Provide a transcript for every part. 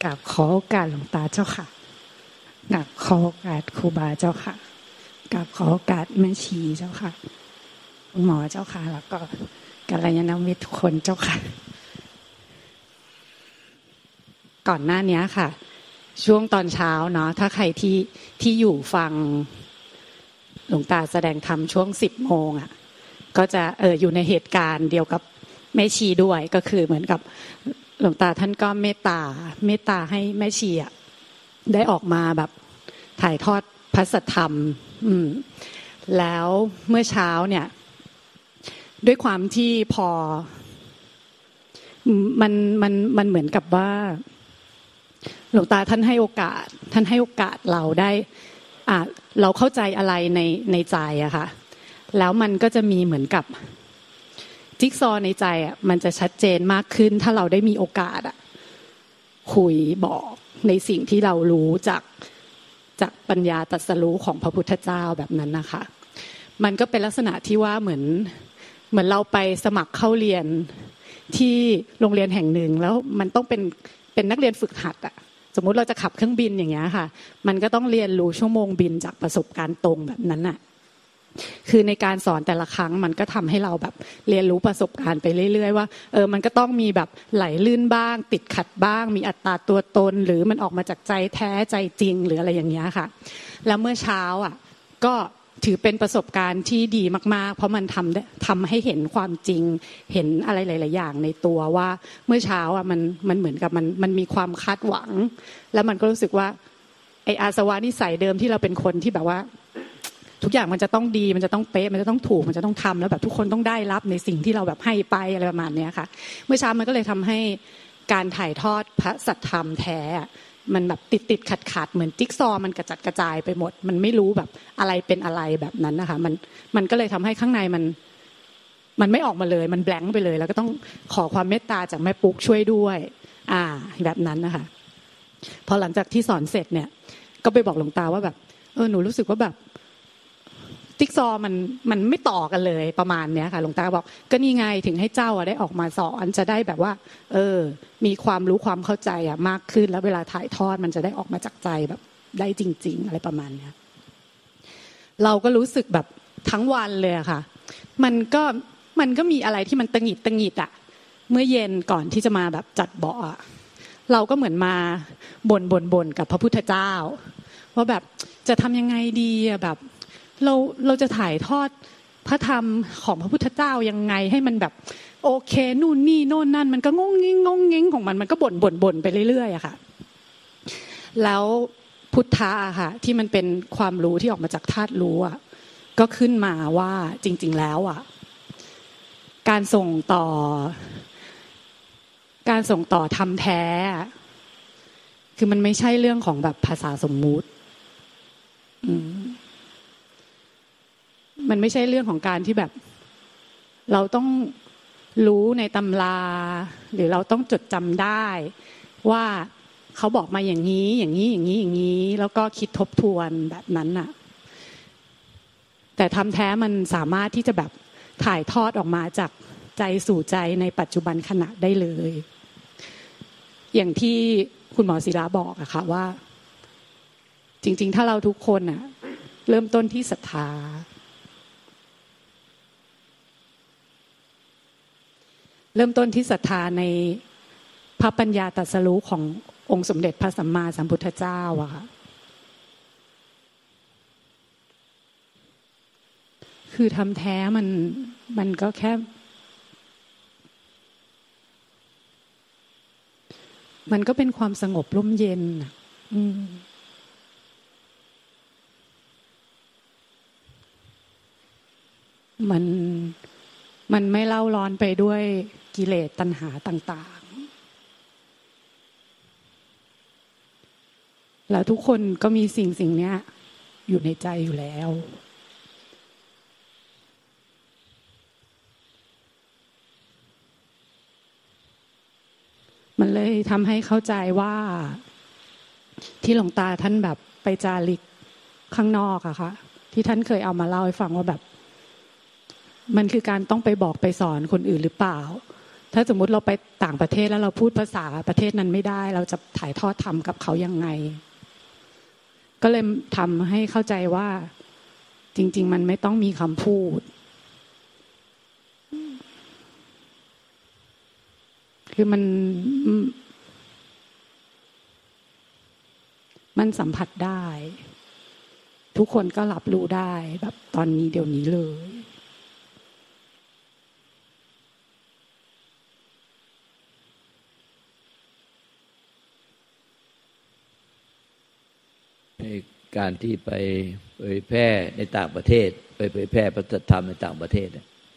กราบขอโอกาสหลวงตาเจ้าค่ะกราบขอโอกาสครูบาเจ้าค่ะกราบขอโอกาสแม่ชีเจ้าค่ะคุณหมอเจ้าค่ะแล้วก็กัลยาณมิตรทุกคนเจ้าค่ะก่อนหน้านี้ค่ะช่วงตอนเช้าเนาะถ้าใครที่อยู่ฟังหลวงตาแสดงธรรมช่วง10 โมงอ่ะก็จะอยู่ในเหตุการณ์เดียวกับแม่ชีด้วยก็คือเหมือนกับหลวงตาท่านก็เมตตาให้แม่ชีอ่ะได้ออกมาแบบถ่ายทอดพระสัทธรรมแล้วเมื่อเช้าเนี่ยด้วยความที่พอมันเหมือนกับว่าหลวงตาท่านให้โอกาสเราได้เราเข้าใจอะไรในใจอะค่ะแล้วมันก็จะมีเหมือนกับจิ๊กซอว์ในใจอะมันจะชัดเจนมากขึ้นถ้าเราได้มีโอกาสอะคุยบอกในสิ่งที่เรารู้จากปัญญาตรัสรู้ของพระพุทธเจ้าแบบนั้นนะคะมันก็เป็นลักษณะที่ว่าเหมือนเราไปสมัครเข้าเรียนที่โรงเรียนแห่งหนึ่งแล้วมันต้องเป็นนักเรียนฝึกหัดอะสมมุติเราจะขับเครื่องบินอย่างเงี้ยค่ะมันก็ต้องเรียนรู้ชั่วโมงบินจากประสบการณ์ตรงแบบนั้นน่ะคือในการสอนแต่ละครั้งมันก็ทำให้เราแบบเรียนรู้ประสบการณ์ไปเรื่อยๆว่ามันก็ต้องมีแบบไหลลื่นบ้างติดขัดบ้างมีอัตราตัวตนหรือมันออกมาจากใจแท้ใจจริงหรืออะไรอย่างเงี้ยค่ะแล้วเมื่อเช้าอ่ะก็ถือเป็นประสบการณ์ที่ดีมากๆเพราะมันทำให้เห็นความจริงเห็นอะไรหลายๆอย่างในตัวว่าเมื่อเช้าอ่ะมันเหมือนกับมันมีความคาดหวังแล้วมันก็รู้สึกว่าไอ้อาสวะนิสัยเดิมที่เราเป็นคนที่แบบว่าทุกอย่างมันจะต้องดีมันจะต้องเป๊ะมันจะต้องถูกมันจะต้องทำแล้วแบบทุกคนต้องได้รับในสิ่งที่เราแบบให้ไปอะไรประมาณนี้ค่ะเมื่อเช้ามันก็เลยทำให้การถ่ายทอดพระสัทธรรมแท้มันแบบติดขัดเหมือนจิ๊กซอว์มันกระจัดกระจายไปหมดมันไม่รู้แบบอะไรเป็นอะไรแบบนั้นนะคะมันก็เลยทำให้ข้างในมันไม่ออกมาเลยมันแบงค์ไปเลยแล้วก็ต้องขอความเมตตาจากแม่ปุ๊กช่วยด้วยแบบนั้นนะคะพอหลังจากที่สอนเสร็จเนี่ยก็ไปบอกหลวงตาว่าแบบหนูรู้สึกว่าแบบจิ๊กซอว์มันไม่ต่อกันเลยประมาณเนี้ยค่ะหลวงตาบอกก็นี่ไงถึงให้เจ้าได้ออกมาสอนจะได้แบบว่ามีความรู้ความเข้าใจมากขึ้นแล้วเวลาถ่ายทอดมันจะได้ออกมาจากใจแบบได้จริงๆอะไรประมาณเนี้ยเราก็รู้สึกแบบทั้งวันเลยค่ะมันก็มีอะไรที่มันตังหิดเมื่อเย็นก่อนที่จะมาแบบจัดเบาะเราก็เหมือนมาบ่นกับพระพุทธเจ้าว่าแบบจะทำยังไงดีแบบเราจะถ่ายทอดพระธรรมของพระพุทธเจ้ายังไงให้มันแบบโอเคนู่นนี่โน่นนั่นมันก็งงงิ้งของมันก็บ่นไปเรื่อยๆอะค่ะแล้วพุทธะอะค่ะที่มันเป็นความรู้ที่ออกมาจากธาตุรู้อะก็ขึ้นมาว่าจริงๆแล้วอะการส่งต่อธรรมแท้คือมันไม่ใช่เรื่องของแบบภาษาสมมุติมันไม่ใช่เรื่องของการที่แบบเราต้องรู้ในตำราหรือเราต้องจดจำได้ว่าเขาบอกมาอย่างนี้แล้วก็คิดทบทวนแบบนั้นน่ะแต่ธรรมแท้มันสามารถที่จะแบบถ่ายทอดออกมาจากใจสู่ใจในปัจจุบันขณะได้เลยอย่างที่คุณหมอศิลาบอกอะค่ะว่าจริงๆถ้าเราทุกคนอะเริ่มต้นที่ศรัทธาเริ่มต้นที่ศรัทธาในพระปัญญาตรัสรู้ขององค์สมเด็จพระสัมมาสัมพุทธเจ้าอะค่ะคือทำแท้มันก็แค่มันก็เป็นความสงบร่มเย็นมันไม่เล่าร้อนไปด้วยกิเลสตัณหาต่างๆแล้วทุกคนก็มีสิ่งนี้อยู่ในใจอยู่แล้วมันเลยทำให้เข้าใจว่าที่หลวงตาท่านแบบไปจาริกข้างนอกอะค่ะที่ท่านเคยเอามาเล่าให้ฟังว่าแบบมันคือการต้องไปบอกไปสอนคนอื่นหรือเปล่าถ้าสมมุติเราไปต่างประเทศแล้วเราพูดภาษาประเทศนั้นไม่ได้เราจะถ่ายทอดธรรมกับเขายังไงก็เลยทำให้เข้าใจว่าจริงๆมันไม่ต้องมีคำพูดคือมันสัมผัสได้ทุกคนก็รับรู้ได้แบบตอนนี้เดี๋ยวนี้เลยการที่ไปเผยแพร่ในต่างประเทศไปเผยแพร่พระธรรมในต่างประเทศ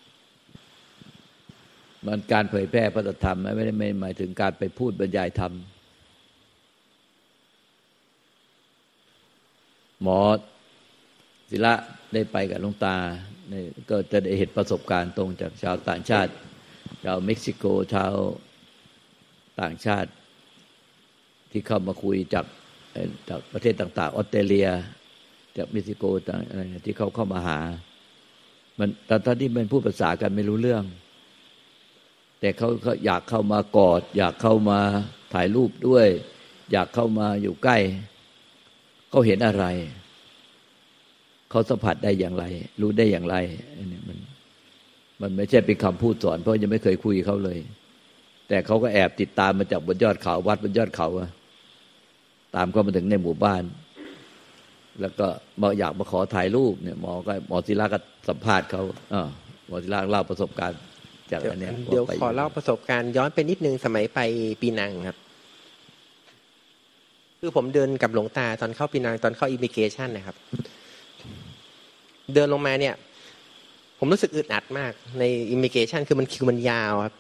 มันการเผยแพร่พระธรรมไม่ได้หมายถึงการไปพูดบรรยายธรรมหมอศิระได้ไปกับหลวงตาก็จะได้เห็นประสบการณ์ตรงจากชาวต่างชาติชาวเม็กซิโกชาวต่างชาติที่เข้ามาคุยจากประเทศต่างๆออสเตรเลียจากเม็กซิโกต่างอะไรที่เข้ามาหามันแต่ตอนที่มันพูดภาษากันไม่รู้เรื่องแต่เขาอยากเข้ามากอดอยากเข้ามาถ่ายรูปด้วยอยากเข้ามาอยู่ใกล้เขาเห็นอะไรเขาสัมผัสได้อย่างไรรู้ได้อย่างไรนี่มันไม่ใช่เป็นคำพูดสอนเพราะยังไม่เคยคุยเขาเลยแต่เขาก็แอบติดตามมาจากบนยอดเขาวัดบนยอดเขาตามเข้ามาถึงในหมู่บ้านแล้วก็มาอยากมาขอถ่ายรูปเนี่ยหมอศิลาก็สัมภาษณ์เขาหมอศิลาเล่าประสบการณ์จากอันนี้เดี๋ยวขอเล่าประสบการณ์ย้อนไปนิดนึงสมัยไปปีนังครับคือผมเดินกับหลวงตาตอนเข้าปีนังตอนเข้าอิมิเกชันนะครับเดินลงมาเนี่ยผมรู้สึกอึดอัดมากในอิมิเกชันคือมันคิวมันยาวครับ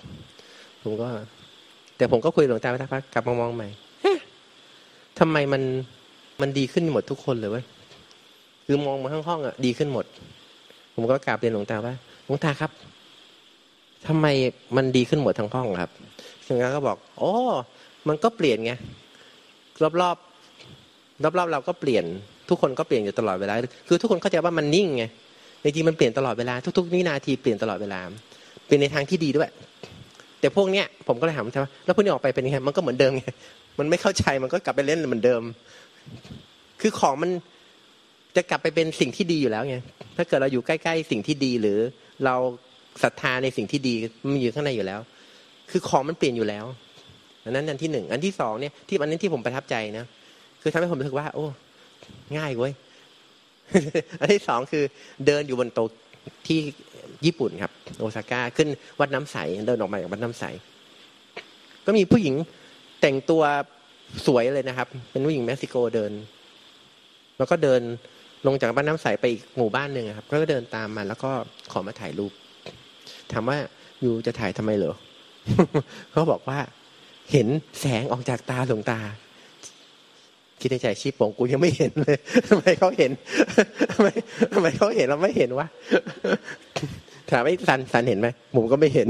แต่ผมก็คุยกับหลวงตาไปสักพักกลับมามองใหม่ทำไมมันดีขึ้นหมดทุกคนเลยเว้ยคือมองมาข้างห้องดีขึ้นหมดผมก็กราบเรียนหลวงตาว่าหลวงตาครับทำไมมันดีขึ้นหมดทั้งห้องครับหลวงตาก็บอกโอ้มันก็เปลี่ยนไงรอบเราก็เปลี่ยนทุกคนก็เปลี่ยนอยู่ตลอดเวลาคือทุกคนเข้าใจว่ามันนิ่งไงจริงๆมันเปลี่ยนตลอดเวลาทุกๆวินาทีเปลี่ยนตลอดเวลาเป็นในทางที่ดีด้วยแต่พวกเนี้ยผมก็เลยถามว่าแล้วพวกนี้ออกไปเป็นยังไงมันก็เหมือนเดิมไงมันไม่เข้าใจมันก็กลับไปเล่นเหมือนเดิมคือของมันจะกลับไปเป็นสิ่งที่ดีอยู่แล้วไงถ้าเกิดเราอยู่ใกล้ๆสิ่งที่ดีหรือเราศรัทธาในสิ่งที่ดีมันอยู่ข้างในอยู่แล้วคือของมันเปลี่ยนอยู่แล้วอันนั้นอันที่หนึ่งอันที่สองเนี่ยที่อันนี้ที่ผมประทับใจนะคือทำให้ผมรู้สึกว่าโอ้ง่ายเว้ย อันที่สองคือเดินอยู่บนโต๊ะที่ญี่ปุ่นครับโอซาก้าขึ้นวัดน้ำใสเดินออกมาจากวัดน้ำใสก็มีผู้หญิงแต่งตัวสวยเลยนะครับเป็นผู้หญิงเม็กซิโกเดินแล้วก็เดินลงจากบ้านน้ำใสไปอีกหมู่บ้านหนึ่งครับก็เดินตามมาแล้วก็ขอมาถ่ายรูปถามว่าอยู่จะถ่ายทำไมเหรอ เขาบอกว่าเห็นแสงออกจากตาหลวงตาคิดในใจชีพโป่งกูยังไม่เห็นเลยทำไมเขาเห็นทำไมเขาเห็นเราไม่เห็นวะถามว่าสันเห็นไหมผมก็ไม่เห็น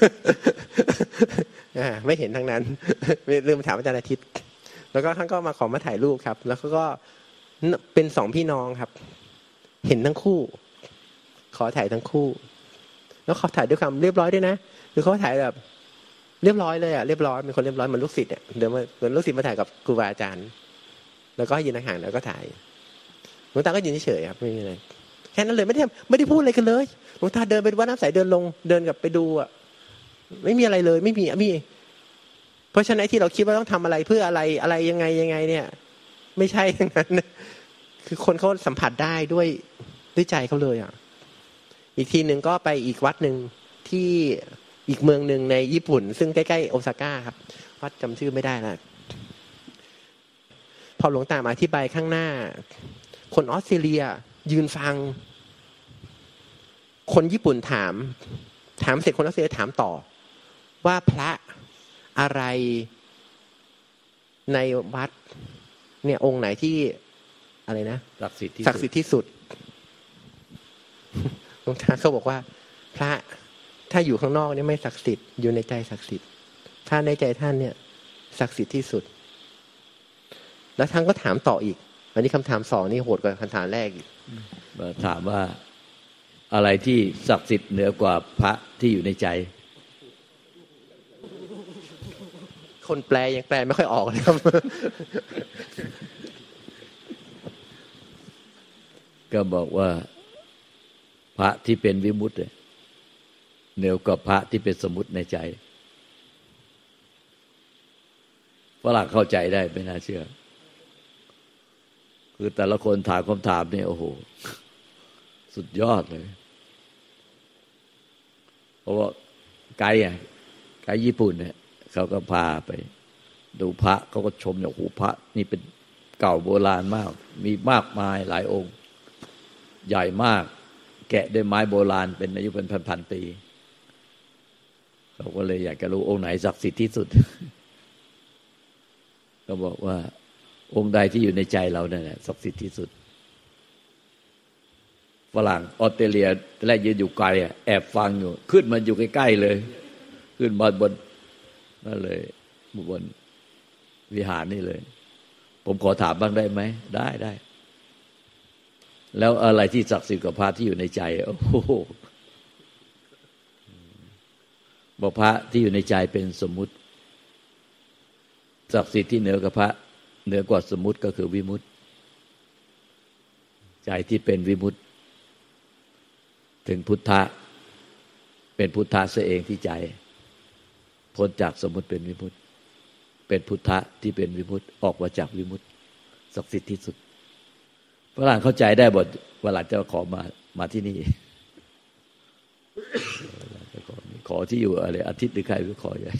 ไม่เห็นทั้งนั้นลืมถามอาจารย์อาทิตย์แล้วก็ท่านก็มาขอมาถ่ายรูปครับแล้วก็เป็นสองพี่น้องครับเห็นทั้งคู่ขอถ่ายทั้งคู่แล้วเขาถ่ายด้วยความเรียบร้อยด้วยนะคือเขาถ่ายแบบเรียบร้อยเลยเรียบร้อยเป็นคนเรียบร้อยเหมือนลูกศิษย์เดี๋ยวเหมือนลูกศิษย์มาถ่ายกับครูบาอาจารย์แล้วก็ยืนห่างๆแล้วก็ถ่ายหลวงตาก็ยืนเฉยๆครับไม่มีอะไรแค่นั้นเลยไม่ได้พูดอะไรกันเลยหลวงตาเดินไปวัดน้ำใสเดินลงเดินกลับไปดูไม่มีอะไรเลยไม่มีเพราะฉะนั้นที่เราคิดว่าต้องทำอะไรเพื่ออะไรยังไงเนี่ยไม่ใช่ทั้งนั้นคือคนเขาสัมผัสได้ด้วยใจเขาเลยอีกทีหนึ่งก็ไปอีกวัดหนึ่งที่อีกเมืองหนึ่งในญี่ปุ่นซึ่งใกล้ๆโอซาก้าครับวัดจำชื่อไม่ได้แล้วพอหลวงตามาอธิบายข้างหน้าคนออสเตรเลียยืนฟังคนญี่ปุ่นถามเสร็จคนออสเตรเลียถามต่อว่าพระอะไรในวัดเนี่ยองค์ไหนที่อะไรนะศักดิ์สิทธิ์ที่สุดหลวงตาเขาบอกว่าพระถ้าอยู่ข้างนอกเนี่ยไม่ศักดิ์สิทธิ์อยู่ในใจศักดิ์สิทธิ์ถ้าในใจท่านเนี่ยศักดิ์สิทธิ์ที่สุดแล้วท่านก็ถามต่ออีกอันนี้คำถามสองนี่โหดกว่าคำถามแรกอีกถามว่าอะไรที่ศักดิ์สิทธิ์เหนือกว่าพระที่อยู่ในใจคนแปลยังแปลไม่ค่อยออกเลยครับก็บอกว่าพระที่เป็นวิมุตติเหนือกว่าพระที่เป็นสมมุติในใจฝรั่งเข้าใจได้ไม่น่าเชื่อคือแต่ละคนถามคำถามนี่โอ้โหสุดยอดเลยเพราะว่าไกด์ญี่ปุ่นเนี่ยเขาก็พาไปดูพระเขาก็ชมเนี่ยโอ้โหพระนี่เป็นเก่าโบราณมากมีมากมายหลายองค์ใหญ่มากแกะด้วยไม้โบราณเป็นอายุเป็นพันๆปีเขาก็เลยอยากจะรู้องค์ไหนศักดิ์สิทธิ์ที่สุดก็บอกว่าองค์ใดที่อยู่ในใจเราเนี่ยแหละศักดิ์สิทธิ์ที่สุดฝรั่งออสเตรเลียแรกยืนอยู่ไกลแอบฟังอยู่ขึ้นมาอยู่ใกล้ๆเลยขึ้นมาบนนั่นเลยบนวิหารนี่เลยผมขอถามบ้างได้ไหมได้แล้วอะไรที่ศักดิ์สิทธิ์กว่าพระที่อยู่ในใจโอ้โหบอกพระที่อยู่ในใจเป็นสมมุติศักดิ์สิทธิ์ที่เหนือกว่าพระเหนือกว่าสมมุติก็คือวิมุตติใจที่เป็นวิมุตติถึงพุทธะเป็นพุทธะซะเองที่ใจพ้นจากสมมุติเป็นวิมุตติเป็นพุทธะที่เป็นวิมุตติออกมาจากวิมุตติศักดิ์สิทธิ์ที่สุดฝรั่งเข้าใจได้หมดเวลาจะขอมาที่นี่ขอที่อยู่อะไรอาทิตย์หรือใครไปขอใหญ่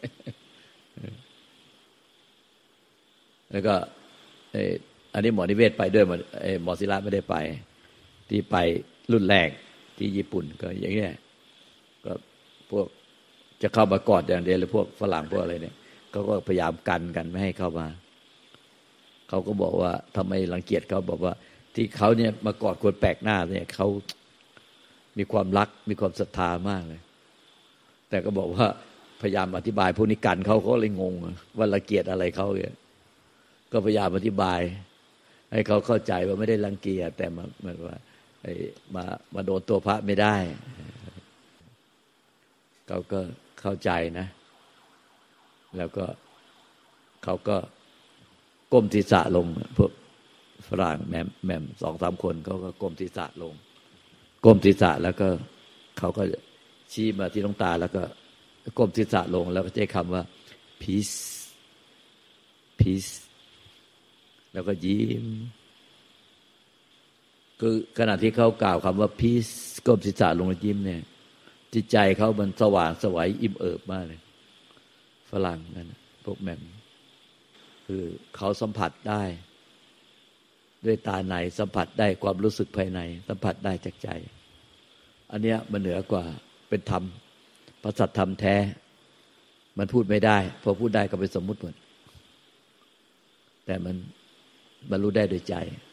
แล้วก็อันนี้หมอนิเวศไปด้วยหมอศิลาไม่ได้ไปที่ไปรุ่นแรกที่ญี่ปุ่นก็อย่างเงี้ยก็พวกจะเข้ามากอดอย่างเดียวเลยพวกฝรั่งพวกอะไรเนี่ยเขาก็พยายามกันไม่ให้เข้ามาเขาก็บอกว่าทำไมรังเกียจเขาบอกว่าที่เขาเนี่ยมากอดคนแปลกหน้าเนี่ยเขามีความรักมีความศรัทธามากเลยแต่ก็บอกว่าพยายามอธิบายพวกนี้กันเขาเลยงงว่ารังเกียจอะไรเขาเนี่ยก็พยายามอธิบายให้เขาเข้าใจว่าไม่ได้รังเกียจแต่มันว่ามาโดนตัวพระไม่ได้เขาก็เข้าใจนะแล้วก็เขาก็ก้มศีรษะลงพวกฝรั่งแหม่ม 2-3 คนเขาก็ก้มศีรษะลงก้มศีรษะแล้วก็เขาก็ชี้มาที่หลวงตาแล้วก็ก้มศีรษะลงแล้วก็ใช้คำว่า peace peace แล้วก็ยิ้มคือขณะที่เขากล่าวคำว่า peace ก้มศีรษะลงแล้วยิ้มเนี่ยจิตใจเขามันสว่างไสวอิ่มเอิบมากเลยฝรั่งนั่นพวกแหม่มคือเขาสัมผัสได้ด้วยตาในสัมผัสได้ความรู้สึกภายในสัมผัสได้จากใจอันเนี้ยมันเหนือกว่าเป็นธรรมพระสัทธรรมแท้มันพูดไม่ได้พอพูดได้ก็เป็นสมมุติหมดแต่มันบรรลุได้โดยใจ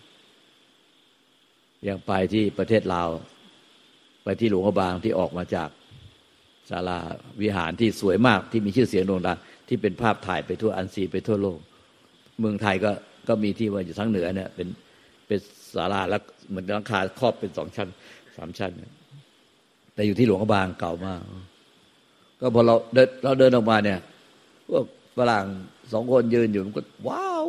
อย่างไปที่ประเทศลาวไปที่หลวงพระบางที่ออกมาจากศาลาวิหารที่สวยมากที่มีชื่อเสียงโด่งดังที่เป็นภาพถ่ายไปทั่วอันซีไปทั่วโลกเมืองไทยก็มีที่ว่าอยู่ทั้งเหนือเนี่ยเป็นศาลาแล้วเหมือนหลังคาครอบเป็น2 ชั้น 3 ชั้นแต่อยู่ที่หลวงพระบางเก่ามากก็พอเราเดินออกมาเนี่ยพวกฝรั่ง2 คนยืนอยู่มันก็ว้าว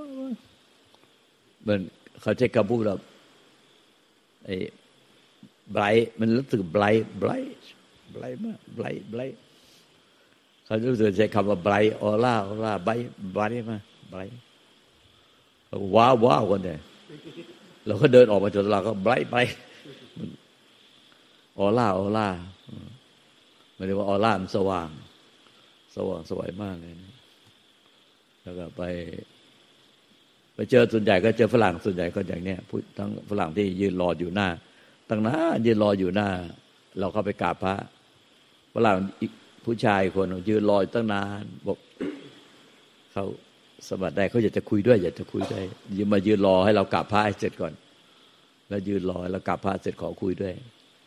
เหมือนเขาใช้คำพูดแบบไอ้ไบรท์มันรู้สึกไบรท์มากไบรท์เขารู้สึกใช้คำว่าไบรท์ออร่าไบรท์มากไบรท์ว้าวกันเนี่ยเราก็เดินออกมาจนเราก็ไบรท์ออร่าหมายถึงว่าออร่ามันสว่างสวยมากเลยแล้วก็ไปเจอส่วนใหญ่ก็เจอฝรั่งส่วนใหญ่ก็อย่างเนี้ยทั้งฝรั่งที่ยืนรออยู่หน้าตั้งนานยืนรออยู่หน้าเราเข้าไปกราบพระฝรั่งอีกผู้ชายคนยืนรอตั้งนานบอกเขาสมัครได้เขาอยากจะคุยด้วยมายืนรอให้เรากราบพระให้เสร็จก่อนแล้วยืนรอแล้วกราบพระเสร็จขอคุยด้วย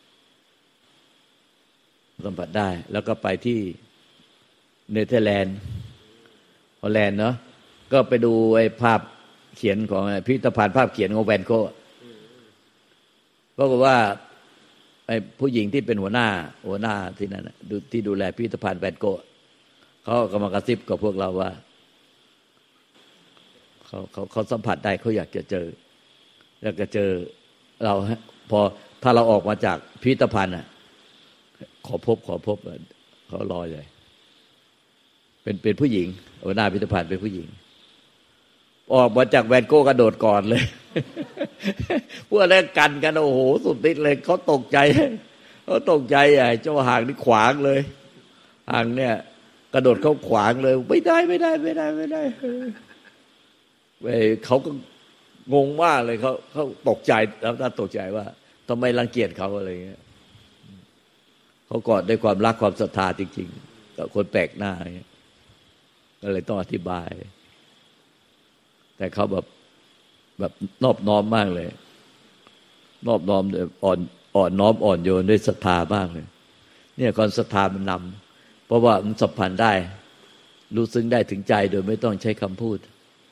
สัมผัสได้แล้วก็ไปที่เนเธอร์แลนด์ฮอลแลนด์เนาะก็ไปดูไอ้ภาพเขียนของพิพิธภัณฑ์ภาพเขียนของแวนโก๊ะเพราะว่าไอ้ผู้หญิงที่เป็นหัวหน้าที่นั่นที่ดูแลพิพิธภัณฑ์แวนโก๊ะเขาก็มากระซิบกับพวกเราว่าเขาสัมผัสได้เขาอยากจะเจอเราพอถ้าเราออกมาจากพิพิธภัณฑ์อ่ะขอพบเขารอเลยเป็นผู้หญิงหัวหน้าพิพิธภัณฑ์เป็นผู้หญิงออกมาจากแวนโก้กระโดดก่อนเลย พวกนั้นกันโอ้โหสุดฤทธิ์เลยเขาตกใจใหญ่เจ้าหางนี่ขวางเลยหางเนี่ยกระโดดเขาขวางเลยไม่ได้เขาก็งงมากเลยเขาตกใจแล้วน่าตกใจว่าทำไมรังเกียจเขาอะไรเงี้ยเขากอดด้วยความรักความศรัทธาจริงๆกับคนแปลกหน้าเงี้ยก็เลยต้องอธิบายแต่เขาแบบนอบน้อมมากเลยนอบน้อมอ่อนน้อมอ่อนโยนด้วยศรัทธามากเลยเนี่ยความศรัทธามันนำเพราะว่ามันสัมพันธ์ได้รู้ซึ้งได้ถึงใจโดยไม่ต้องใช้คำพูด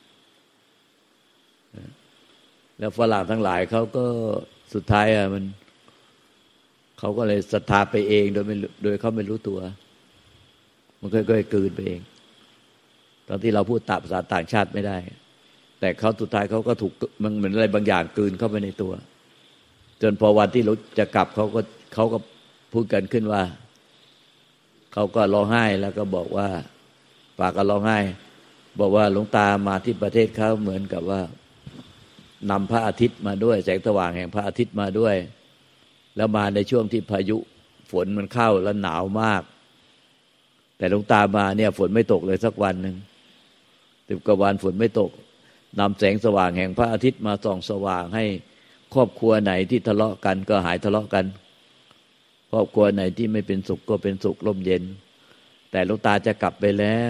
แล้วฝรั่งทั้งหลายเขาก็สุดท้ายเขาก็เลยศรัทธาไปเองโดยเขาไม่รู้ตัวมันค่อยๆกลืนไปเองตอนที่เราพูดภาษาต่างชาติไม่ได้แต่เขาสุดท้ายเขาก็ถูกมันเหมือนอะไรบางอย่างกลืนเข้าไปในตัวจนพอวันที่เราจะกลับเขาก็พูดกันขึ้นว่าเขาก็ร้องไห้แล้วก็บอกว่าปากก็ร้องไห้บอกว่าหลวงตามาที่ประเทศเขาเหมือนกับว่านำพระอาทิตย์มาด้วยแสงสว่างแห่งพระอาทิตย์มาด้วยแล้วมาในช่วงที่พายุฝนมันเข้าแล้วหนาวมากแต่หลวงตามาเนี่ยฝนไม่ตกเลยสักวันนึง10 กว่าวันฝนไม่ตกนำแสงสว่างแห่งพระอาทิตย์มาส่องสว่างให้ครอบครัวไหนที่ทะเลาะกันก็หายทะเลาะกันครอบครัวไหนที่ไม่เป็นสุขก็เป็นสุขร่มเย็นแต่หลวงตาจะกลับไปแล้ว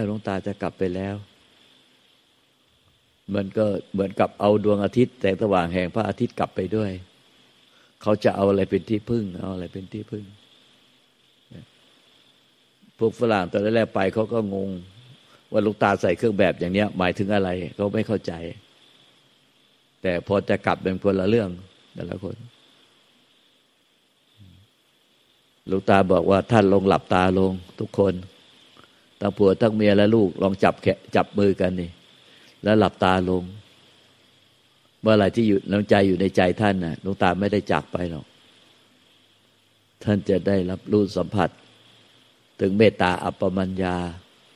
มันก็เหมือนกับเอาดวงอาทิตย์แสงสว่างแห่งพระอาทิตย์กลับไปด้วยเขาจะเอาอะไรเป็นที่พึ่งพวกฝรั่งตอนแรกไปเขาก็งงว่าหลวงตาใส่เครื่องแบบอย่างเนี้ยหมายถึงอะไรเขาไม่เข้าใจแต่พอจะกลับเป็นคนละเรื่องแต่ละคนหลวงตาบอกว่าท่านลงหลับตาลงทุกคนทั้งผัวทั้งเมียและลูกลองจับมือกันนี่แล้วหลับตาลงเมื่อไหร่ที่อยู่น้ำใจอยู่ในใจท่านน่ะหลวงตาไม่ได้จากไปหรอกท่านจะได้รับรู้สัมผัสถึงเมตตาอัปปมัญญา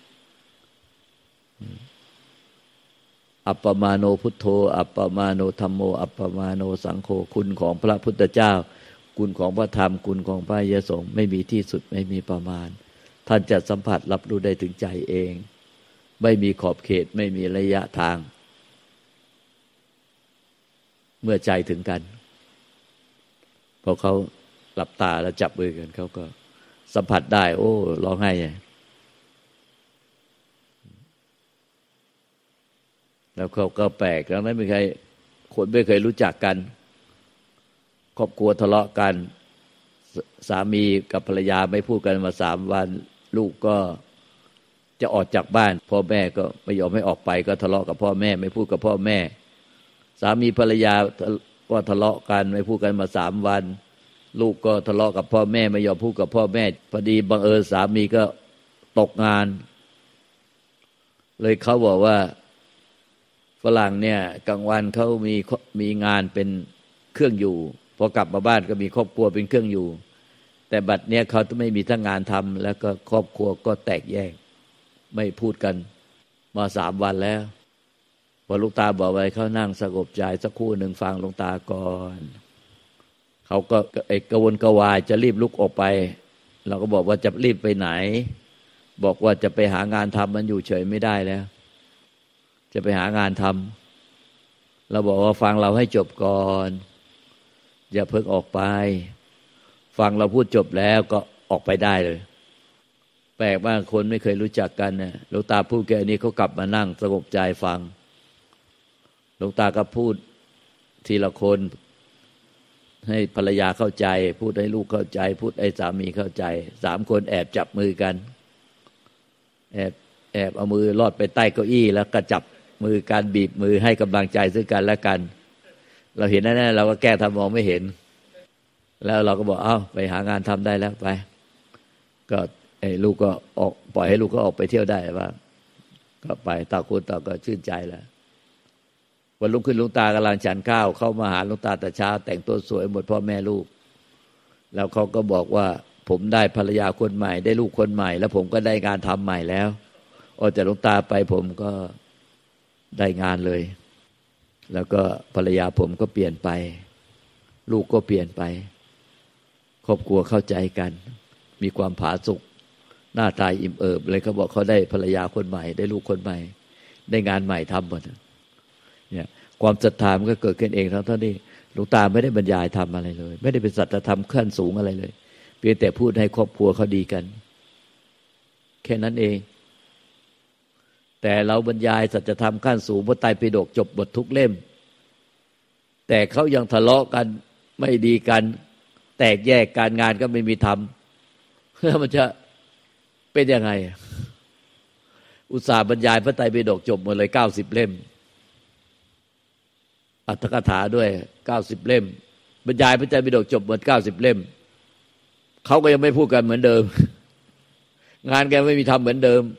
อัปปมาโนพุทโธอัปปมาโนธัมโมอัปปมาโนสังโฆคุณของพระพุทธเจ้าคุณของพระธรรมคุณของพระอริยสงฆ์ไม่มีที่สุดไม่มีประมาณท่านจะสัมผัสรับรู้ได้ถึงใจเองไม่มีขอบเขตไม่มีระยะทางเมื่อใจถึงกันพอเขาหลับตาแล้วจับมือกันเขาก็สัมผัสได้โอ้ร้องไห้ใหญ่แล้วเขาก็แปลกแล้วไม่มีใครคนไม่เคยรู้จักกันครอบครัวทะเลาะกันสามีกับภรรยาไม่พูดกันมา3 วันลูกก็จะออกจากบ้านพ่อแม่ก็ไม่ยอมให้ออกไปก็ทะเลาะกับพ่อแม่ไม่พูดกับพ่อแม่สามีภรรยาก็ทะเลาะกันไม่พูดกันมา3 วันลูกก็ทะเลาะกับพ่อแม่ไม่ยอมพูดกับพ่อแม่พอดีบังเอิญสามีก็ตกงานเลยเขาบอกว่าฝรั่งเนี่ยกลางวันเขามีงานเป็นเครื่องอยู่พอกลับมาบ้านก็มีครอบครัวเป็นเครื่องอยู่แต่บัดเนี้ยเขาไม่มีทั้งงานทำแล้วก็ครอบครัวก็แตกแยกไม่พูดกันมา3 วันแล้วพอหลวงตาบอกไว้เขานั่งสงบใจสักครู่หนึ่งฟังหลวงตาก่อนเขาก็กระวนกระวายจะรีบลุกออกไปเราก็บอกว่าจะรีบไปไหนบอกว่าจะไปหางานทำมันอยู่เฉยไม่ได้แล้วจะไปหางานทำเราบอกว่าฟังเราให้จบก่อนอย่าเพิ่งออกไปฟังเราพูดจบแล้วก็ออกไปได้เลยแปลกมากคนไม่เคยรู้จักกันเนี่ยหลวงตาพูดแค่นี้เขากลับมานั่งสงบใจฟังหลวงตาก็พูดทีละคนให้ภรรยาเข้าใจพูดให้ลูกเข้าใจพูดให้สามีเข้าใจ3 คนแอบจับมือกันแอบเอามือลอดไปใต้เก้าอี้แล้วก็จับมือกันบีบมือให้กำลังใจซึ่งกันและกันเราเห็นแน่ๆเราก็แก้ทำมองไม่เห็นแล้วเราก็บอกเอ้าไปหางานทำได้แล้วไปก็ไอ้ลูกก็ออกปล่อยให้ลูกก็ออกไปเที่ยวได้ว่าก็ไปต่างคนต่างก็ชื่นใจแล้ววันรุ่งขึ้นหลวงตากำลังฉันข้าวเข้ามาหาหลวงตาแต่เช้าแต่งตัวสวยหมดพ่อแม่ลูกแล้วเขาก็บอกว่าผมได้ภรรยาคนใหม่ได้ลูกคนใหม่แล้วผมก็ได้งานทำใหม่แล้วออกจากหลวงตาไปผมก็ได้งานเลยแล้วก็ภรรยาผมก็เปลี่ยนไปลูกก็เปลี่ยนไปครอบครัวเข้าใจกันมีความผาสุกหน้าตาอิ่มเอิบเลยเขาบอกเขาได้ภรรยาคนใหม่ได้ลูกคนใหม่ได้งานใหม่ทำหมดเนี่ยความศรัทธามันก็เกิดขึ้นเองทั้งที่หลวงตาไม่ได้บรรยายทำอะไรเลยไม่ได้เป็นสัจธรรมขั้นสูงอะไรเลยเพียงแต่พูดให้ครอบครัวเขาดีกันแค่นั้นเองแต่เราบรรยายสัจธรรมขั้นสูงพระไตรปิฎกจบบททุกเล่มแต่เขายังทะเลาะกันไม่ดีกันแตกแยกการงานก็ไม่มีทำแล้วมันจะเป็นยังไงอุตส่าห์บรรยายพระไตรปิฎกจบหมดเลย90เล่มอรรถกถาด้วย90เล่มบรรยายพระไตรปิฎกจบหมด90เล่มเขาก็ยังไม่พูดกันเหมือนเดิมงานแกไม่มีทำเหมือนเดิม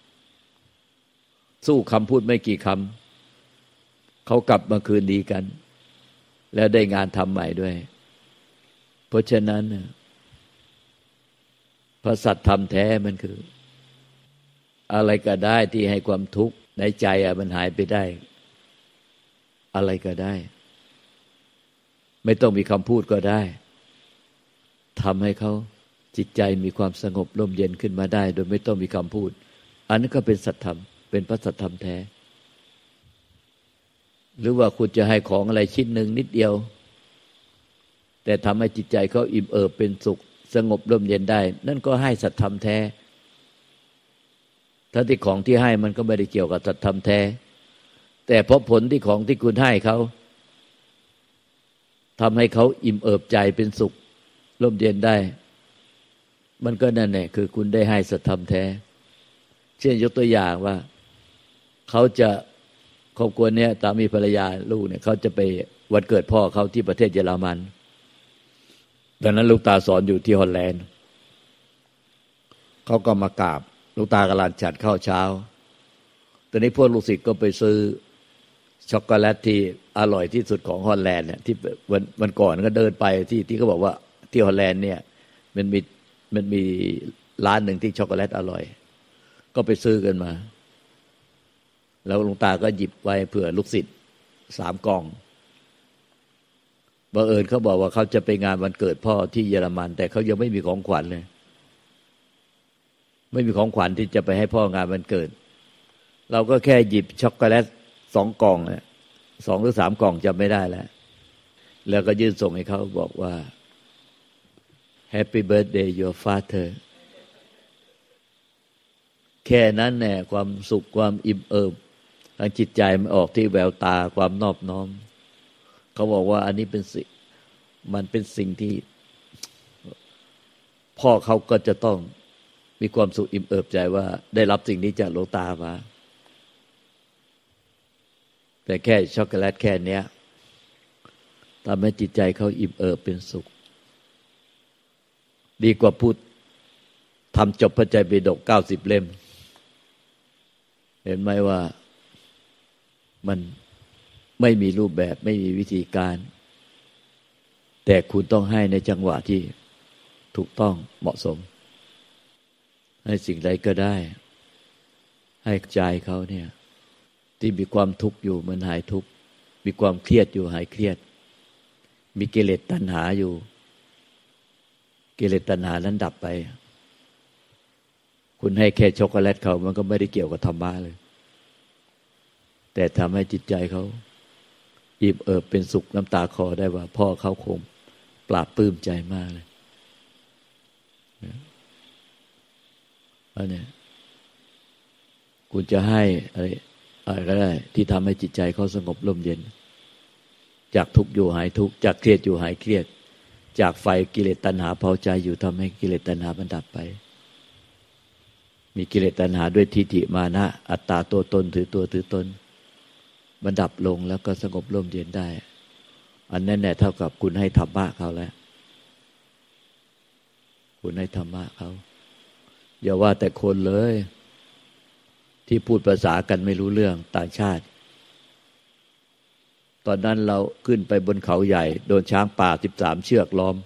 สู้คำพูดไม่กี่คำเขากลับมาคืนดีกันแล้วได้งานทำใหม่ด้วยเพราะฉะนั้นพระสัตธรรมแท้มันคืออะไรก็ได้ที่ให้ความทุกข์ในใจมันหายไปได้อะไรก็ได้ไม่ต้องมีคำพูดก็ได้ทำให้เขาจิตใจมีความสงบร่มเย็นขึ้นมาได้โดยไม่ต้องมีคำพูดอันนั้นก็เป็นสัตธรรมเป็นพระสัตธรรมแท้หรือว่าคุณจะให้ของอะไรชิ้นหนึ่งนิดเดียวแต่ทำให้จิตใจเขาอิ่มเอิบเป็นสุขสงบร่มเย็นได้นั่นก็ให้สัตธรรมแท้ทั้งที่ของที่ให้มันก็ไม่ได้เกี่ยวกับสัตธรรมแท้แต่เพราะผลที่ของที่คุณให้เขาทำให้เขาอิ่มเอิบใจเป็นสุขร่มเย็นได้มันก็นั่นแหละคือคุณได้ให้สัตธรรมแท้เช่นยกตัวอย่างว่าเขาจะครอบครัวเนี้ยสามีภรรยาลูกเนี่ยเขาจะไปวันเกิดพ่อเขาที่ประเทศเยอรมันดังนั้นลูกตาสอนอยู่ที่ฮอลแลนด์เขาก็มากราบลูกตากำลังจัดข้าวเช้าตอนนี้พวกลูกศิษย์ก็ไปซื้อช็อกโกแลตที่อร่อยที่สุดของฮอลแลนด์เนี่ยที่วันก่อนก็เดินไปที่เขาบอกว่าที่ฮอลแลนด์เนี่ยมันมีร้านหนึ่งที่ช็อกโกแลตอร่อยก็ไปซื้อกันมาแล้วหลวงตาก็หยิบไว้เผื่อลูกศิษย์3 กล่องบังเอิญเขาบอกว่าเขาจะไปงานวันเกิดพ่อที่เยอรมันแต่เขายังไม่มีของขวัญเลยไม่มีของขวัญที่จะไปให้พ่องานวันเกิดเราก็แค่หยิบช็อกโกแลต2 กล่องเนี่ย2 หรือ 3 กล่องจำไม่ได้แล้วก็ยื่นส่งให้เขาบอกว่า Happy birthday your father แค่นั้นแน่ความสุขความอิ่มเอิบทางจิตใจมันออกที่แววตาความนอบน้อมเขาบอกว่าอันนี้มันเป็นสิ่งที่พ่อเขาก็จะต้องมีความสุขอิ่มเอิบใจว่าได้รับสิ่งนี้จากหลวงตามาแต่แค่ช็อกโกแลตแค่นี้ทำให้จิตใจเขาอิ่มเอิบเป็นสุขดีกว่าพูดทำจบพระไตรปิฎก90 เล่มเห็นไหมว่ามันไม่มีรูปแบบไม่มีวิธีการแต่คุณต้องให้ในจังหวะที่ถูกต้องเหมาะสมให้สิ่งใดก็ได้ให้ใจเขาเนี่ยที่มีความทุกข์อยู่มันหายทุกข์มีความเครียดอยู่หายเครียดมีกิเลสตัณหาอยู่กิเลสตัณหานั้นดับไปคุณให้แค่ช็อกโกแลตเขามันก็ไม่ได้เกี่ยวกับธรรมะเลยแต่ทำให้จิตใจเขาอิ่มเอิบเป็นสุขน้ำตาคลอได้ว่าพ่อเขาคงปราบปลื้มใจมากเลยอันนี้คุณจะให้อะไรก็ได้ที่ทำให้จิตใจเขาสงบร่มเย็นจากทุกข์อยู่หายทุกข์จากเครียดอยู่หายเครียดจากไฟกิเลสตัณหาเผาใจอยู่ทำให้กิเลสตัณหามันดับไปมีกิเลสตัณหาด้วยทิฏฐิมานะอัตตาตัวตนถือตัวถือตนมันดับลงแล้วก็สงบร่มเย็นได้อันนั้นแหละเท่ากับคุณให้ธรรมะเขาแล้วคุณให้ธรรมะเขาอย่าว่าแต่คนเลยที่พูดภาษากันไม่รู้เรื่องต่างชาติตอนนั้นเราขึ้นไปบนเขาใหญ่โดนช้างป่า13เชือกล้อม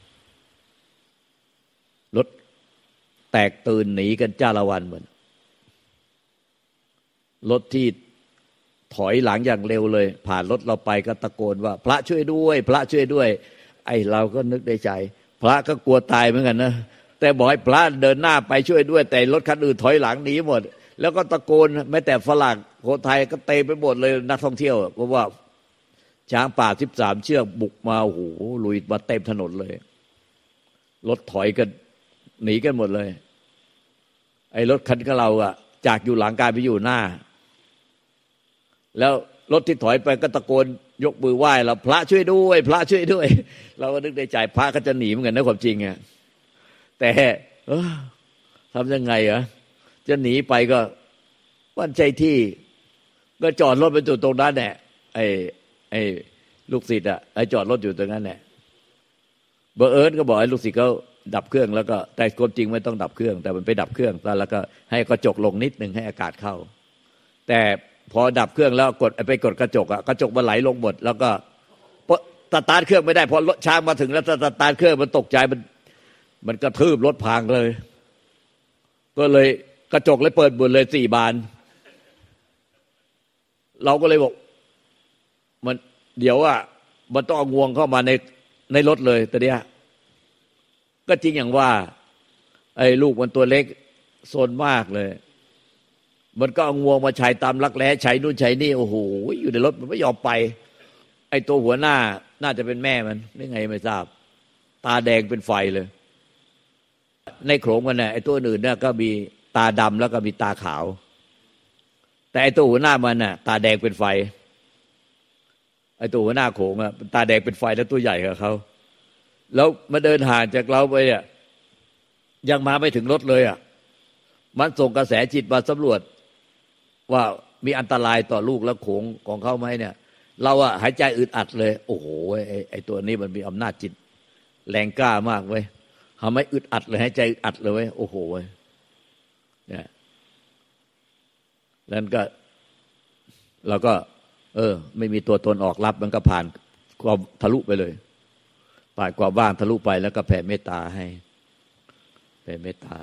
รถแตกตื่นหนีกันจ้าละวันเหมือนรถที่ถอยหลังอย่างเร็วเลยผ่านรถเราไปก็ตะโกนว่าพระช่วยด้วยพระช่วยด้วยไอ้เราก็นึกในใจพระก็กลัวตายเหมือนกันนะแต่บอกให้พระเดินหน้าไปช่วยด้วยแต่รถคันอื่นถอยหลังหนีหมดแล้วก็ตะโกนแม้แต่ฝรั่งคนไทยก็เตะไปหมดเลยนักท่องเที่ยวเพราะว่าช้างป่า13เชือกบุกมาโอ้โหลุยมาเต็มถนนเลยรถถอยกันหนีกันหมดเลยไอ้รถคันของเราอะจากอยู่หลังกลายไปอยู่หน้าแล้วรถที่ถอยไปก็ตะโกนยกมือไหว้เราพระช่วยด้วยพระช่วยด้วยเราก็นึกในใจพระก็จะหนีเหมือนกันนะความจริงอะแต่ทำยังไงอะจะหนีไปก็วันใจที่ก็จอดรถไปจุดตรงนั้นแหละไอ้ลูกศิษย์อะไอ้จอดรถอยู่ตรงนั้นแหละเบอร์เอิร์ธก็บอกให้ลูกศิษย์เขาดับเครื่องแล้วก็แต่ความจริงไม่ต้องดับเครื่องแต่มันไปดับเครื่องแล้วก็ให้กระจกลงนิดนึงให้อากาศเข้าแต่พอดับเครื่องแล้วกดไปกดกระจกอะกระจกมันไหลลงหมดแล้วก็สตาร์ทเครื่องไม่ได้พอรถช้างมาถึงแล้วสตาร์ทเครื่องมันตกใจมันกระทืบรถพังเลยก็เลยกระจกเลยเปิดหมดเลย4 บานเราก็เลยบอกมันเดี๋ยวอ่ะมันต้องเอางวงเข้ามาในรถเลยแต่เนี้ยก็จริงอย่างว่าไอ้ลูกมันตัวเล็กโซนมากเลยมันก็เอางวงมาใช้ตามลักแร้ใช้นู่นใช้นี่โอ้โหอยู่ในรถมันไม่ยอมไปไอ้ตัวหัวหน้าน่าจะเป็นแม่มันหรือไงไม่ทราบตาแดงเป็นไฟเลยในโขลงมันน่ะไอ้ตัวอื่นเนี่ยก็มีตาดำแล้วก็มีตาขาวแต่ไอ้ตัวหัวหน้ามันน่ะตาแดงเป็นไฟไอ้ตัวหัวหน้าโขงอ่ะตาแดงเป็นไฟแล้วตัวใหญ่กว่าเขาแล้วมาเดินห่างจากเราไปอ่ะยังมาไม่ถึงรถเลยอ่ะมันส่งกระแสจิตมาสำรวจว่ามีอันตรายต่อลูกและโขงของเขาไหมเนี่ยเราอ่ะหายใจอึดอัดเลยโอ้โหไอ้ตัวนี้มันมีอำนาจจิตแรงกล้ามากเว้ยทำให้อึดอัดเลยหายใจอึดอัดเลยเว้ยโอ้โหเว้ยเนี่ยแล้วก็เราก็ไม่มีตัวตนออกรับมันก็ผ่านความทะลุไปเลยผ่านความว่างทะลุไปแล้วก็แผ่เมตตาให้แผ่เมตตา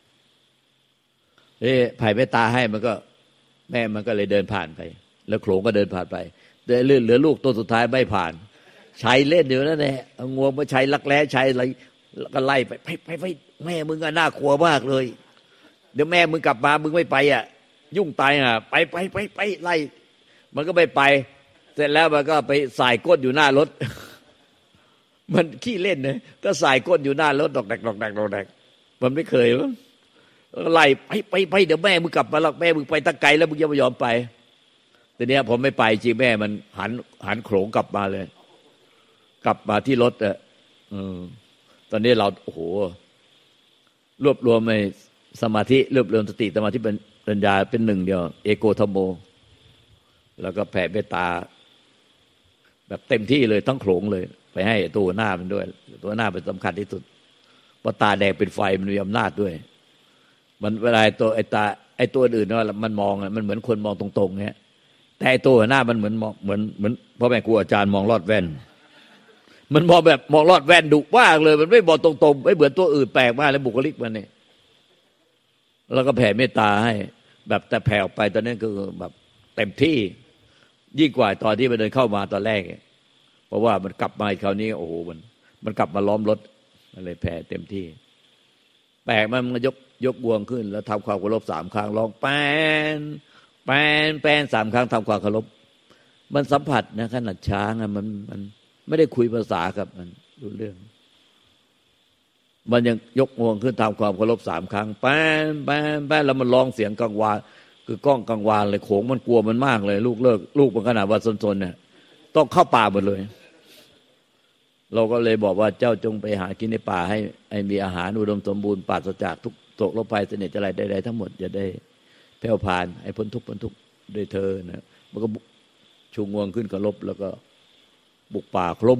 แผ่เมตตาให้มันก็แม่มันก็เลยเดินผ่านไปแล้วโขลงก็เดินผ่านไปเหลือลูกตัวสุดท้ายไม่ผ่านใช้เล่นอยู่นั่นแหละเอางวงมาใช้ลักแร้ใช้อะไรแล้วก็ไล่ไปแม่มึงก็น่ากลัวมากเลยเดี๋ยวแม่มึงกลับมามึงไม่ไปอ่ะยุ่งตายอ่ะไปไล่มันก็ไม่ไปเสร็จแล้วมันก็ไปสายก้นอยู่หน้ารถมันขี้เล่นนะก็สายก้นอยู่หน้ารถดอกแดกมันไม่เคยมั้งไล่ไปเดี๋ยวแม่มึงกลับมาแล้วแม่มึงไปตะไกลแล้วมึงยังไม่ยอมไปแต่เนี้ยผมไม่ไปจริงแม่มันหันโขลงกลับมาเลยกลับมาที่รถตอนนี้เราโอ้โหรวบรวมในสมาธิรวบรวมสติสมาธิเป็นปัญญาเป็นหนึ่งเดียวเอโกธัมโมแล้วก็แผ่เมตตาแบบเต็มที่เลยทั้งโขลงเลยไปให้ตัวหน้ามันด้วยตัวหน้าเป็นสำคัญที่สุดเพราะตาแดงเป็นไฟมันมีอำนาจด้วยมันเวลาตัวไอ้ตัวอื่นว่ามันมองมันเหมือนคนมองตรงๆเงี้ยแต่ไอ้ตัวหน้ามันเหมือนพ่อแม่ครูอาจารย์มองลอดแว่นมันมองแบบมองลอดแว่นดุมากเลยมันไม่มองตรงๆไม่เหมือนตัวอื่นแปลกมากเลยบุคลิกมันเนี่ยแล้วก็แผ่เมตตาให้แบบแต่แผ่ออกไปตอนนั้นก็แบบเต็มที่ยิ่งกว่าตอนที่มันเดินเข้ามาตอนแรกเพราะว่ามันกลับมาคราวนี้โอ้โหมันกลับมาล้อมรถมันเลยแผ่เต็มที่แปลกมันยกบวงขึ้นแล้วทำความเคารพ3 ครั้งร้องแป้น3 ครั้งทำความเคารพมันสัมผัสนะขนาดช้างอ่ะมันไม่ได้คุยภาษากับมันรู้เรื่องมันยังยกงวงขึ้นทำความเคารพ3 ครั้งแป้นแล้วมันร้องเสียงกังวานคือก้องกังวานเลยโขงมันกลัวมันมากเลยลูกมันขนาดว่าซนๆเนี่ยต้องเข้าป่าหมดเลยเราก็เลยบอกว่าเจ้าจงไปหากินในป่าให้มีอาหารอุดมสมบูรณ์ปราศจากทุกโศกโรคภัยเสน่ห์อะไรใดๆทั้งหมดจะได้แผ่วผ่านให้พ้นทุกข์ด้วยเธอนะมันก็ชูงวงขึ้นเคารพแล้วก็บุกป่าคล่ม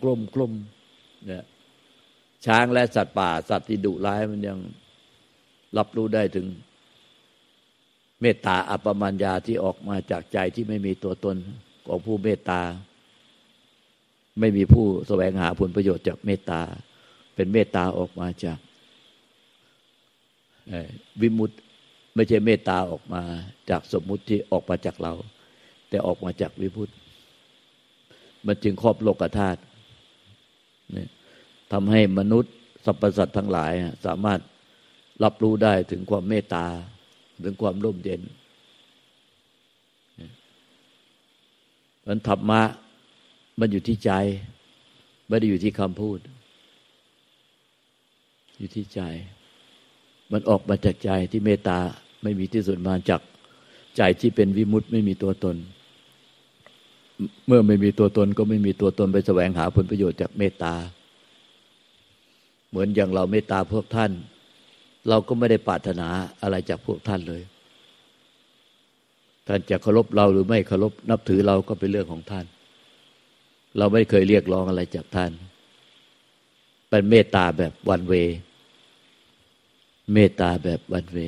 เนี่ยช้างและสัตว์ป่าสัตว์ที่ดุร้ายมันยังรับรู้ได้ถึงเมตตาอัปปมัญญาที่ออกมาจากใจที่ไม่มีตัวตนของผู้เมตตาไม่มีผู้แสวงหาผลประโยชน์จากเมตตาเป็นเมตตาออกมาจากวิมุตติไม่ใช่เมตตาออกมาจากสมมุติที่ออกมาจากเราแต่ออกมาจากวิมุตติมันจึงครอบโลกธาตุทำให้มนุษย์สรรพสัตว์ทั้งหลายสามารถรับรู้ได้ถึงความเมตตาถึงความร่มเย็นมันธรรมะมันอยู่ที่ใจไม่ได้อยู่ที่คำพูดอยู่ที่ใจมันออกมาจากใจที่เมตตาไม่มีที่สุดมาจากใจที่เป็นวิมุตติไม่มีตัวตนเมื่อไม่มีตัวตนก็ไม่มีตัวตนไปแสวงหาผลประโยชน์จากเมตตาเหมือนอย่างเราเมตตาพวกท่านเราก็ไม่ได้ปรารถนาอะไรจากพวกท่านเลยท่านจะเคารพเราหรือไม่เคารพนับถือเราก็เป็นเรื่องของท่านเราไม่เคยเรียกร้องอะไรจากท่านเป็นเมตตาแบบวันเวเมตตาแบบวันเว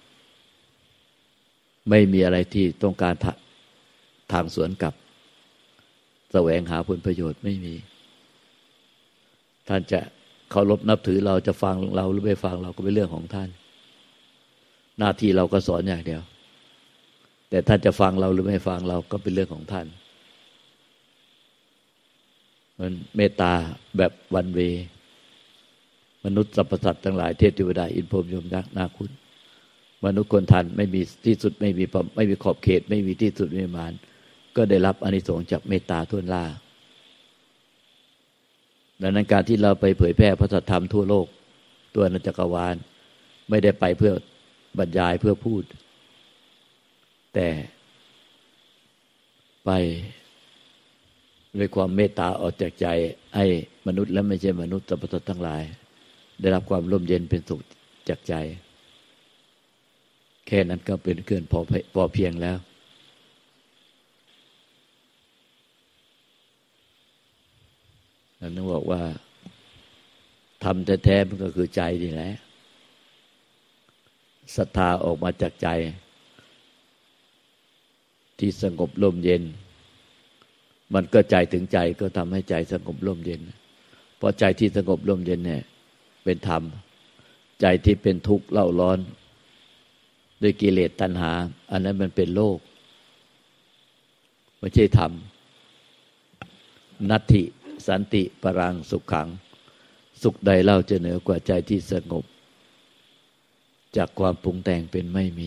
ไม่มีอะไรที่ต้องการทางสวนกลับแสวงหาผลประโยชน์ไม่มีท่านจะเคารพนับถือเราจะฟังเราหรือไม่ฟังเราก็เป็นเรื่องของท่านหน้าที่เราก็สอนอย่างเดียวแต่ท่านจะฟังเราหรือไม่ฟังเราก็เป็นเรื่องของท่านมันเมตตาแบบวันเวมนุษย์สรรพสัตว์ทั้งหลายเทพเทวดาอินพรหมยมยักษ์นาคุณมนุษย์คนทันไม่มีที่สุดไม่มีขอบเขตไม่มีที่สุดไม่มีมานก็ได้รับอานิสงส์จากเมตตาทั่วหน้าดังนั้นการที่เราไปเผยแพร่พระธรรมทั่วโลกตัวนันจักรวาลไม่ได้ไปเพื่อบรรยายเพื่อพูดแต่ไปด้วยความเมตตาออกจากใจให้มนุษย์และไม่ใช่มนุษย์สรรพสัตว์ทั้งหลายได้รับความร่มเย็นเป็นสุขจากใจแค่นั้นก็เป็นเกินพอเพียงแล้วนั่นต้องบอกว่าทำแท้ๆมันก็คือใจนี่แหละศรัทธาออกมาจากใจที่สงบร่มเย็นมันก็ใจถึงใจก็ทำให้ใจสงบร่มเย็นเพราะใจที่สงบร่มเย็นเนี่ยเป็นธรรมใจที่เป็นทุกข์เล่าร้อนด้วยกิเลสตัณหาอันนั้นมันเป็นโลกไม่ใช่ธรรมนัตถิสันติปรังสุขขังสุขใดเล่าจะเหนือกว่าใจที่สงบจากความปรุงแต่งเป็นไม่มี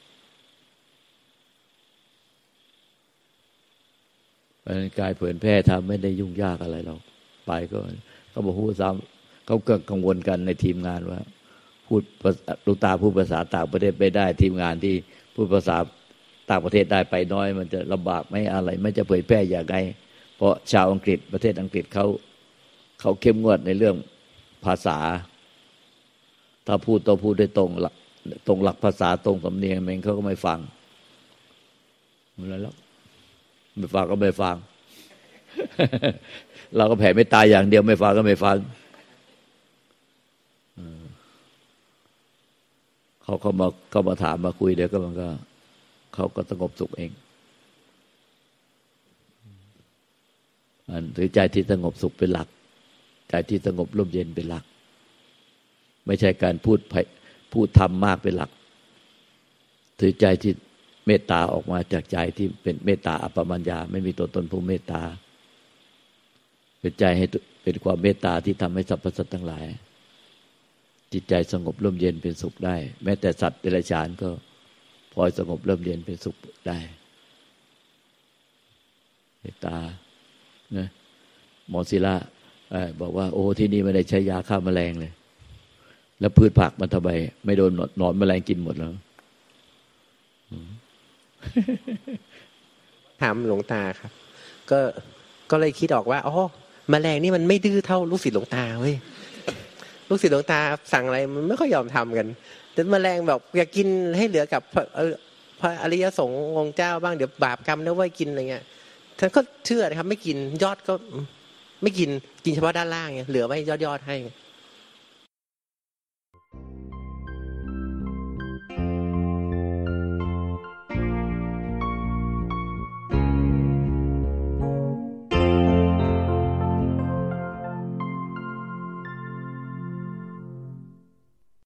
การเผยแพร่ทำไม่ได้ยุ่งยากอะไรหรอกไปก็เขาบอกพูดซ้ำเขาก็กังวลกันในทีมงานว่าพูดลูกตาพูดภาษาต่างประเทศไปได้ทีมงานที่พูดภาษาต่างประเทศได้ไปน้อยมันจะลำบากไหมอะไรไม่จะเผยแพร่อย่างไรเพราะชาวอังกฤษประเทศอังกฤษเขาเข้มงวดในเรื่องภาษาถ้าพูดต้องพูดได้ตรงหลักภาษาตรงสำเนียงมันเขาก็ไม่ฟังแล้วไม่ฟังก็ไม่ฟัง เราก็แผ่เมตตาอย่างเดียวไม่ฟังก็ไม่ฟังเขามาถามมาคุยเดี๋ยวก็มันก็เขาก็สงบสุขเองถือใจที่สงบสุขเป็นหลักใจที่สงบร่มเย็นเป็นหลักไม่ใช่การพูดทำมากเป็นหลักถือใจที่เมตตาออกมาจากใจที่เป็นเมตตาอัปปมัญญาไม่มีตัวตนผู้เมตตาเป็นใจให้เป็นความเมตตาที่ทำให้สรรพสัตว์ทั้งหลายจิตใจสงบร่มเย็นเป็นสุขได้แม้แต่สัตว์เดรัจฉานก็พลอยสงบร่มเย็นเป็นสุขได้เมตตานะหมอศิลาบอกว่าโอ้ที่นี่ไม่ได้ใช้ยาฆ่าแมลงเลยแล้วพืชผักมันทำไมไม่โดนหนอนแมลงกินหมดแล้วถามหลวงตาครับก็เลยคิดออกว่าอ๋อแมลงนี่มันไม่ดื้อเท่าลูกศิษย์หลวงตาเว้ยลูกศิษย์หลวงตาสั่งอะไรมันไม่ค่อยยอมทำกันแต่แมลงแบบอยากกินให้เหลือกับพระอริยสงฆ์องค์เจ้าบ้างเดี๋ยวบาปกรรมนะว่ากินอะไรเงี้ยท่านก็เชื่อนะครับไม่กินยอดก็ไม่กินเฉพาะด้านล่างไงเหลือไว้ยอดให้